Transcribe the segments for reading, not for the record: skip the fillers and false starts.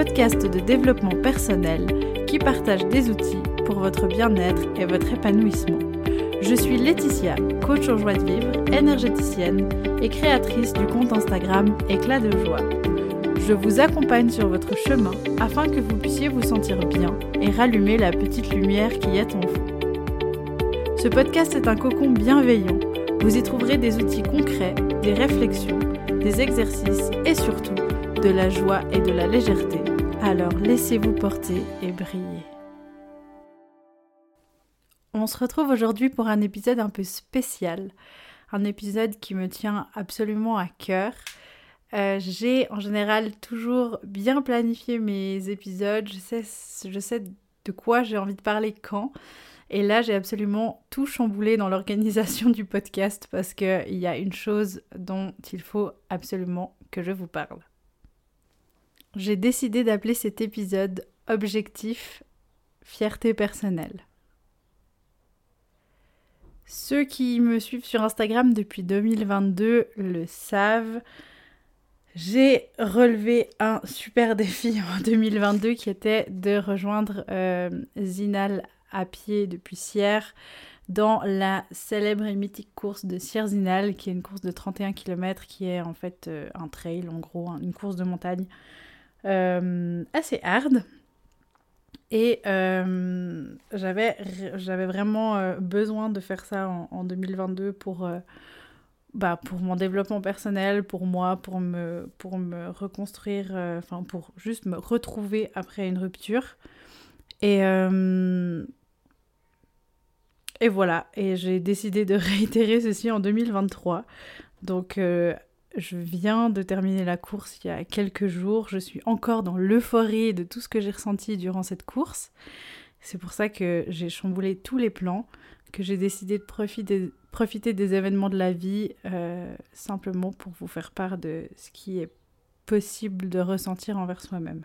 podcast de développement personnel qui partage des outils pour votre bien-être et votre épanouissement. Je suis Laetitia, coach en joie de vivre, énergéticienne et créatrice du compte Instagram Éclat de joie. Je vous accompagne sur votre chemin afin que vous puissiez vous sentir bien et rallumer la petite lumière qui est en vous. Ce podcast est un cocon bienveillant. Vous y trouverez des outils concrets, des réflexions, des exercices et surtout de la joie et de la légèreté. Alors laissez-vous porter et briller. On se retrouve aujourd'hui pour un épisode un peu spécial, un épisode qui me tient absolument à cœur. J'ai en général toujours bien planifié mes épisodes, je sais de quoi j'ai envie de parler quand. Et là, j'ai absolument tout chamboulé dans l'organisation du podcast parce qu'il y a une chose dont il faut absolument que je vous parle. J'ai décidé d'appeler cet épisode « Objectif, fierté personnelle ». Ceux qui me suivent sur Instagram depuis 2022 le savent. J'ai relevé un super défi en 2022 qui était de rejoindre Zinal à pied depuis Sierre dans la célèbre et mythique course de Sierre Zinal, qui est une course de 31 km qui est en fait un trail, en gros, une course de montagne assez hard. Et j'avais vraiment besoin de faire ça en 2022 pour mon développement personnel, pour moi, pour me reconstruire, pour juste me retrouver après une rupture. Et voilà, et j'ai décidé de réitérer ceci en 2023. Donc je viens de terminer la course il y a quelques jours. Je suis encore dans l'euphorie de tout ce que j'ai ressenti durant cette course. C'est pour ça que j'ai chamboulé tous les plans, que j'ai décidé de profiter des événements de la vie, simplement pour vous faire part de ce qui est possible de ressentir envers soi-même.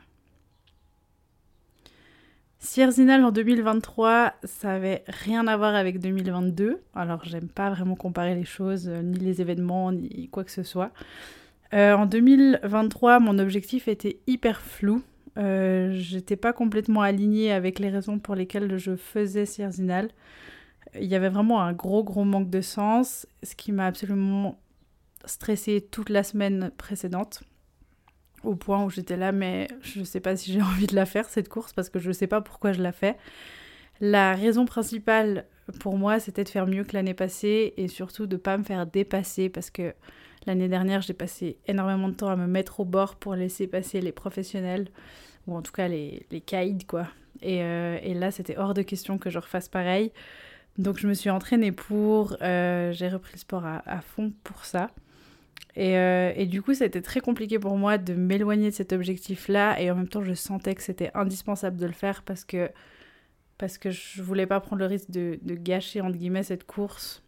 Sierre Zinal en 2023, ça avait rien à voir avec 2022. Alors, j'aime pas vraiment comparer les choses, ni les événements, ni quoi que ce soit. En 2023, mon objectif était hyper flou. J'étais pas complètement alignée avec les raisons pour lesquelles je faisais Sierre Zinal. Il y avait vraiment un gros manque de sens, ce qui m'a absolument stressée toute la semaine précédente. Au point où j'étais là, mais je sais pas si j'ai envie de la faire, cette course, parce que je sais pas pourquoi je la fais. La raison principale pour moi, c'était de faire mieux que l'année passée et surtout de pas me faire dépasser, parce que l'année dernière, j'ai passé énormément de temps à me mettre au bord pour laisser passer les professionnels, ou en tout cas les caïds, quoi. Et là, c'était hors de question que je refasse pareil. Donc je me suis entraînée j'ai repris le sport à fond pour ça. Et du coup, c'était très compliqué pour moi de m'éloigner de cet objectif-là. Et en même temps, je sentais que c'était indispensable de le faire parce que je voulais pas prendre le risque de gâcher, entre guillemets, cette course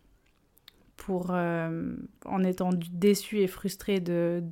en étant déçue et frustrée de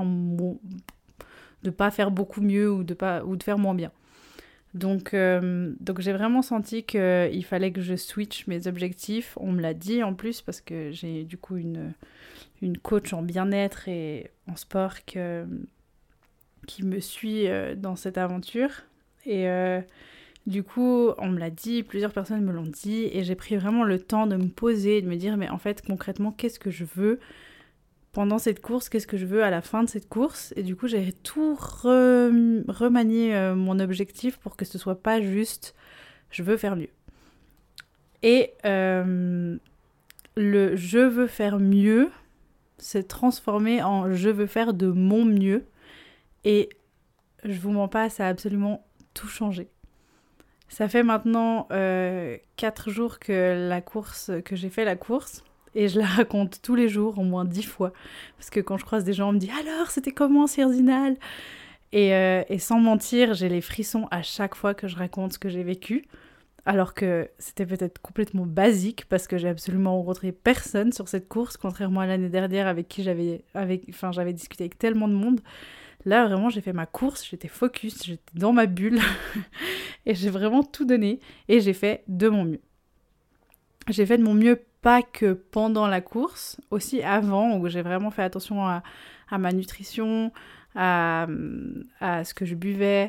pas faire beaucoup mieux ou de faire moins bien. Donc j'ai vraiment senti qu'il fallait que je switch mes objectifs. On me l'a dit en plus parce que j'ai du coup une coach en bien-être et en sport qui me suit dans cette aventure. Et du coup, on me l'a dit, plusieurs personnes me l'ont dit, et j'ai pris vraiment le temps de me poser et de me dire, mais en fait, concrètement, qu'est-ce que je veux pendant cette course, qu'est-ce que je veux à la fin de cette course. Et du coup, j'ai tout remanié mon objectif pour que ce soit pas juste « je veux faire mieux ». Et le « je veux faire mieux » s'est transformé en « je veux faire de mon mieux ». Et je vous mens pas, ça a absolument tout changé. Ça fait maintenant 4 jours que j'ai fait la course. Et je la raconte tous les jours, au moins 10 fois. Parce que quand je croise des gens, on me dit « Alors, c'était comment, Sierre Zinal ?» Et sans mentir, j'ai les frissons à chaque fois que je raconte ce que j'ai vécu. Alors que c'était peut-être complètement basique, parce que j'ai absolument rencontré personne sur cette course, contrairement à l'année dernière avec qui j'avais discuté avec tellement de monde. Là, vraiment, j'ai fait ma course, j'étais focus, j'étais dans ma bulle. Et j'ai vraiment tout donné. Et j'ai fait de mon mieux. J'ai fait de mon mieux, pas que pendant la course, aussi avant, où j'ai vraiment fait attention à ma nutrition, à ce que je buvais,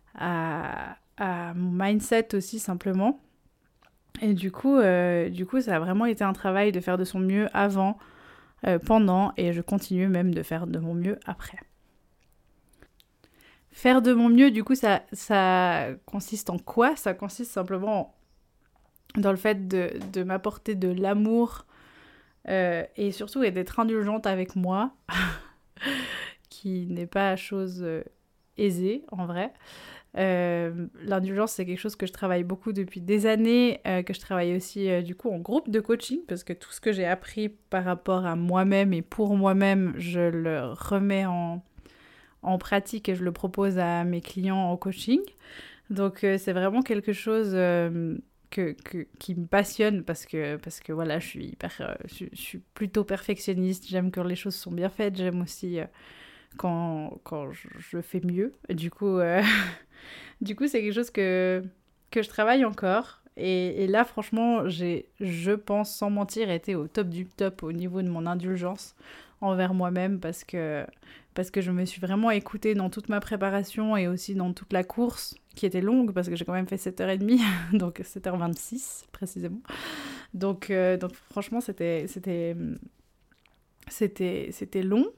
à mon mindset aussi simplement. Et du coup, ça a vraiment été un travail de faire de son mieux avant, pendant, et je continue même de faire de mon mieux après. Faire de mon mieux, du coup, ça consiste en quoi ? Ça consiste simplement dans le fait de m'apporter de l'amour et surtout d'être indulgente avec moi, qui n'est pas chose aisée en vrai. L'indulgence, c'est quelque chose que je travaille beaucoup depuis des années, que je travaille aussi du coup en groupe de coaching, parce que tout ce que j'ai appris par rapport à moi-même et pour moi-même, je le remets en pratique et je le propose à mes clients en coaching. Donc c'est vraiment quelque chose qui me passionne parce que voilà, je suis plutôt perfectionniste, j'aime quand les choses sont bien faites, j'aime aussi quand je fais mieux. Du coup, c'est quelque chose que je travaille encore. Et là, franchement, je pense, sans mentir, été au top du top au niveau de mon indulgence envers moi-même parce que je me suis vraiment écoutée dans toute ma préparation et aussi dans toute la course, qui était longue parce que j'ai quand même fait 7h30, donc 7h26 précisément. Donc franchement, c'était long.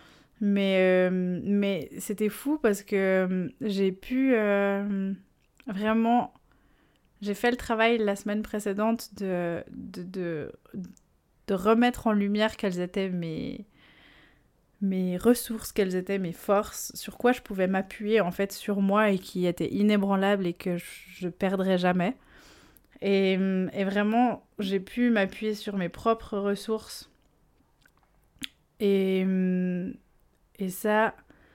Mais c'était fou parce que j'ai pu vraiment... J'ai fait le travail la semaine précédente de remettre en lumière quelles étaient mes ressources, quelles étaient mes forces, sur quoi je pouvais m'appuyer en fait sur moi et qui était inébranlable et que je perdrais jamais. Et vraiment, j'ai pu m'appuyer sur mes propres ressources. Et ça,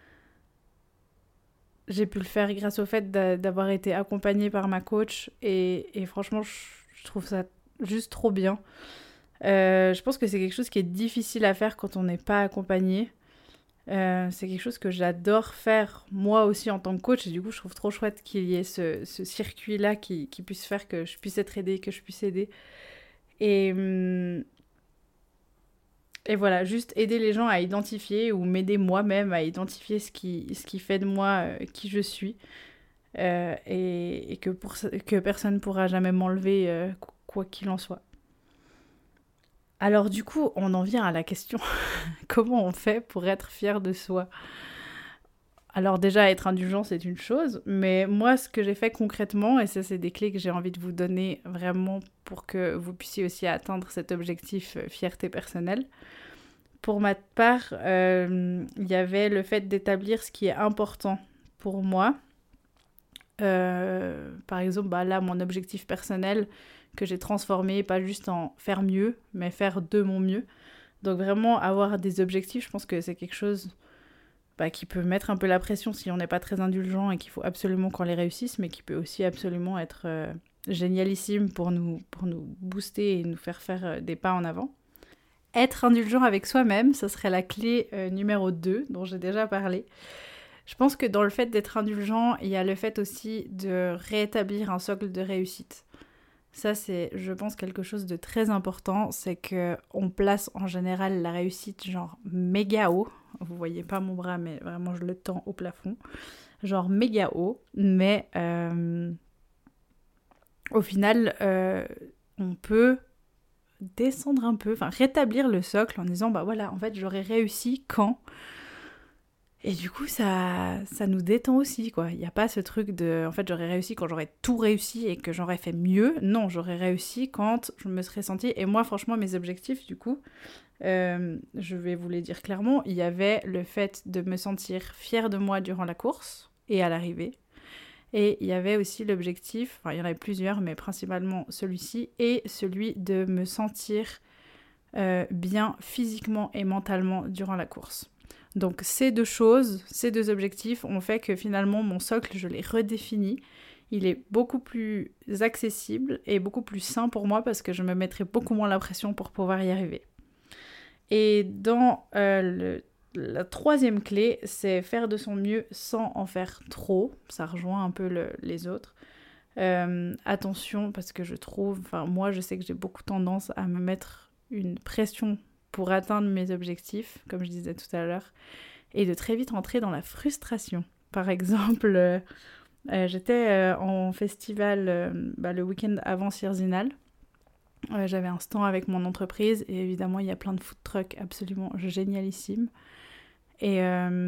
j'ai pu le faire grâce au fait d'avoir été accompagnée par ma coach. Et franchement, je trouve ça juste trop bien. Je pense que c'est quelque chose qui est difficile à faire quand on n'est pas accompagné. C'est quelque chose que j'adore faire moi aussi en tant que coach. Et du coup, je trouve trop chouette qu'il y ait ce circuit-là qui puisse faire que je puisse être aidée, que je puisse aider. Et voilà, juste aider les gens à identifier ou m'aider moi-même à identifier ce qui fait de moi qui je suis. Et que personne ne pourra jamais m'enlever quoi qu'il en soit. Alors du coup, on en vient à la question, comment on fait pour être fier de soi ? Alors déjà, être indulgent, c'est une chose, mais moi, ce que j'ai fait concrètement, et ça, c'est des clés que j'ai envie de vous donner vraiment pour que vous puissiez aussi atteindre cet objectif fierté personnelle. Pour ma part, il y avait le fait d'établir ce qui est important pour moi. Par exemple, là, mon objectif personnel que j'ai transformé, pas juste en faire mieux, mais faire de mon mieux. Donc vraiment, avoir des objectifs, je pense que c'est quelque chose qui peut mettre un peu la pression si on n'est pas très indulgent et qu'il faut absolument qu'on les réussisse, mais qui peut aussi absolument être génialissime pour nous booster et nous faire des pas en avant. Être indulgent avec soi-même, ça serait la clé numéro 2 dont j'ai déjà parlé. Je pense que dans le fait d'être indulgent, il y a le fait aussi de rétablir un socle de réussite. Ça, c'est, je pense, quelque chose de très important, c'est qu'on place en général la réussite genre méga haut. Vous voyez pas mon bras, mais vraiment je le tends au plafond. Genre méga haut, mais au final, on peut descendre un peu, enfin rétablir le socle en disant voilà, en fait j'aurais réussi quand... Et du coup, ça nous détend aussi, quoi. Il n'y a pas ce truc de... En fait, j'aurais réussi quand j'aurais tout réussi et que j'aurais fait mieux. Non, j'aurais réussi quand je me serais sentie... Et moi, franchement, mes objectifs, du coup, je vais vous les dire clairement, il y avait le fait de me sentir fière de moi durant la course et à l'arrivée. Et il y avait aussi l'objectif, enfin, il y en avait plusieurs, mais principalement celui-ci, et celui de me sentir bien physiquement et mentalement durant la course. Donc ces deux choses, ces deux objectifs ont fait que finalement mon socle, je l'ai redéfini. Il est beaucoup plus accessible et beaucoup plus sain pour moi parce que je me mettrai beaucoup moins la pression pour pouvoir y arriver. Et dans la troisième clé, c'est faire de son mieux sans en faire trop. Ça rejoint un peu les autres. Attention, parce que je trouve, moi je sais que j'ai beaucoup tendance à me mettre une pression pour atteindre mes objectifs, comme je disais tout à l'heure. et de très vite entrer dans la frustration. Par exemple, j'étais en festival le week-end avant Sierzinal. J'avais un stand avec mon entreprise et évidemment il y a plein de food trucks absolument génialissimes. Et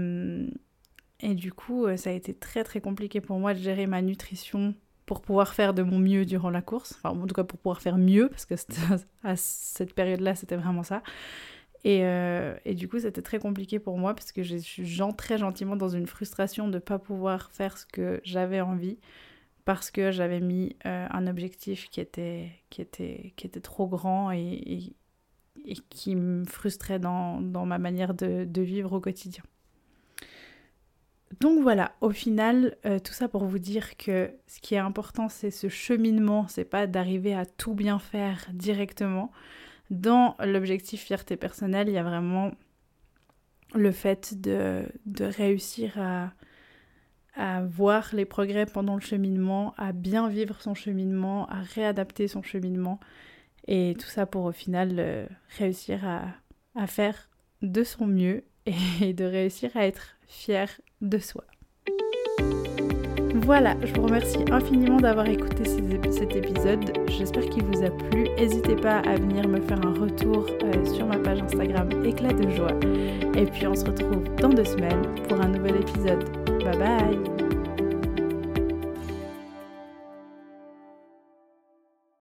du coup ça a été très très compliqué pour moi de gérer ma nutrition pour pouvoir faire de mon mieux durant la course. Enfin en tout cas pour pouvoir faire mieux parce que à cette période-là c'était vraiment ça. Et du coup c'était très compliqué pour moi parce que j'entrais gentiment dans une frustration de ne pas pouvoir faire ce que j'avais envie. Parce que j'avais mis un objectif qui était trop grand et qui me frustrait dans ma manière de vivre au quotidien. Donc voilà, au final, tout ça pour vous dire que ce qui est important, c'est ce cheminement, c'est pas d'arriver à tout bien faire directement. Dans l'objectif fierté personnelle, il y a vraiment le fait de réussir à voir les progrès pendant le cheminement, à bien vivre son cheminement, à réadapter son cheminement. Et tout ça pour au final réussir à faire de son mieux et de réussir à être fier de soi. Voilà, je vous remercie infiniment d'avoir écouté cet épisode. J'espère qu'il vous a plu. N'hésitez pas à venir me faire un retour sur ma page Instagram Éclat de joie. Et puis on se retrouve dans 2 semaines pour un nouvel épisode. Bye bye!